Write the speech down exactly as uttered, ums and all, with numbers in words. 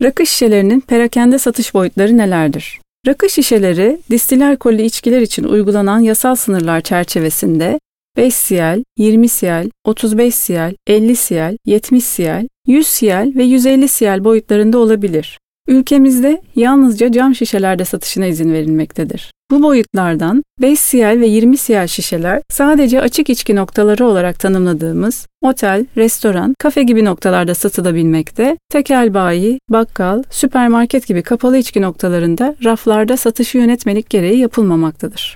Rakı şişelerinin perakende satış boyutları nelerdir? Rakı şişeleri, distil alkollü içkiler için uygulanan yasal sınırlar çerçevesinde beş siyel, yirmi siyel, otuz beş siyel, elli siyel, yetmiş siyel, yüz siyel ve yüz elli siyel boyutlarında olabilir. Ülkemizde yalnızca cam şişelerde satışına izin verilmektedir. Bu boyutlardan beş siyel ve yirmi siyel şişeler sadece açık içki noktaları olarak tanımladığımız otel, restoran, kafe gibi noktalarda satılabilmekte, tekel bayi, bakkal, süpermarket gibi kapalı içki noktalarında raflarda satışı yönetmelik gereği yapılmamaktadır.